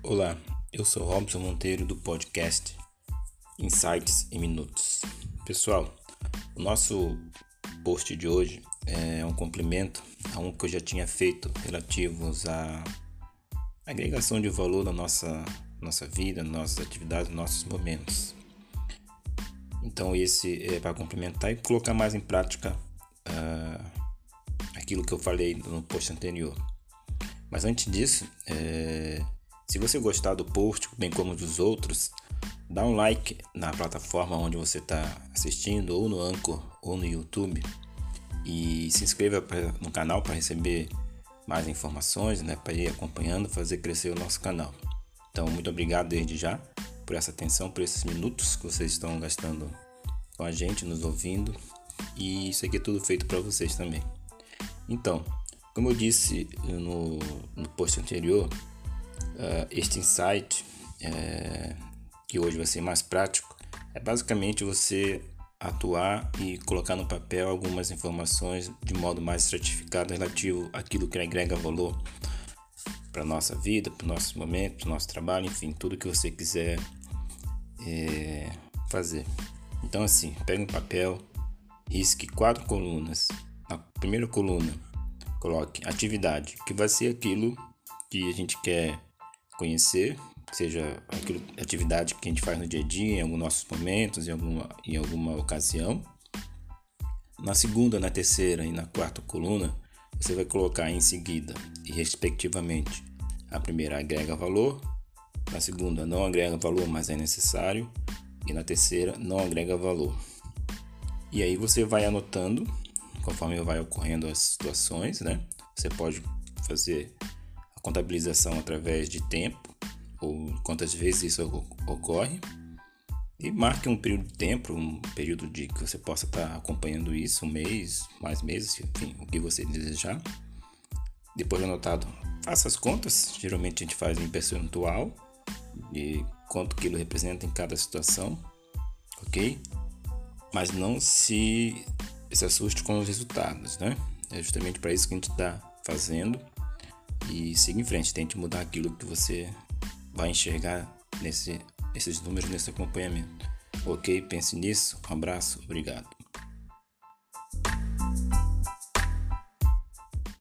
Olá, eu sou Robson Monteiro do podcast Insights em Minutos. Pessoal, o nosso post de hoje é um complemento a um que eu já tinha feito relativos à agregação de valor na nossa vida, nossas atividades, nossos momentos. Então esse é para complementar e colocar mais em prática aquilo que eu falei no post anterior. Mas antes disso, se você gostar do post, bem como dos outros, dá um like na plataforma onde você está assistindo, ou no Anchor, ou no YouTube, e se inscreva no canal para receber mais informações, para ir acompanhando, fazer crescer o nosso canal. Então, muito obrigado desde já por essa atenção, por esses minutos que vocês estão gastando com a gente, nos ouvindo, e isso aqui é tudo feito para vocês também. Então, como eu disse no post anterior, este insight, que hoje vai ser mais prático, é basicamente você atuar e colocar no papel algumas informações de modo mais estratificado relativo àquilo que agrega valor para a nossa vida, para o nosso momento, para o nosso trabalho, enfim, tudo que você quiser fazer. Então assim, pega um papel, risque 4 colunas. Na primeira coluna, coloque atividade, que vai ser aquilo que a gente quer conhecer, seja aquilo, atividade que a gente faz no dia a dia, em alguns nossos momentos, em alguma ocasião. Na segunda, na terceira e na quarta coluna, você vai colocar em seguida e respectivamente: a primeira agrega valor, na segunda não agrega valor, mas é necessário, e na terceira não agrega valor. E aí você vai anotando conforme vai ocorrendo as situações, Você pode fazer a contabilização através de tempo, ou quantas vezes isso ocorre, e marque um período de tempo, um período de que você possa estar acompanhando isso, um mês, mais meses, enfim, o que você desejar. Depois de anotado, faça as contas, geralmente a gente faz em percentual, de quanto aquilo representa em cada situação, ok? Mas não se assuste com os resultados, É justamente para isso que a gente está fazendo, e siga em frente, tente mudar aquilo que você vai enxergar nesses números, nesse acompanhamento. Ok? Pense nisso, um abraço, obrigado.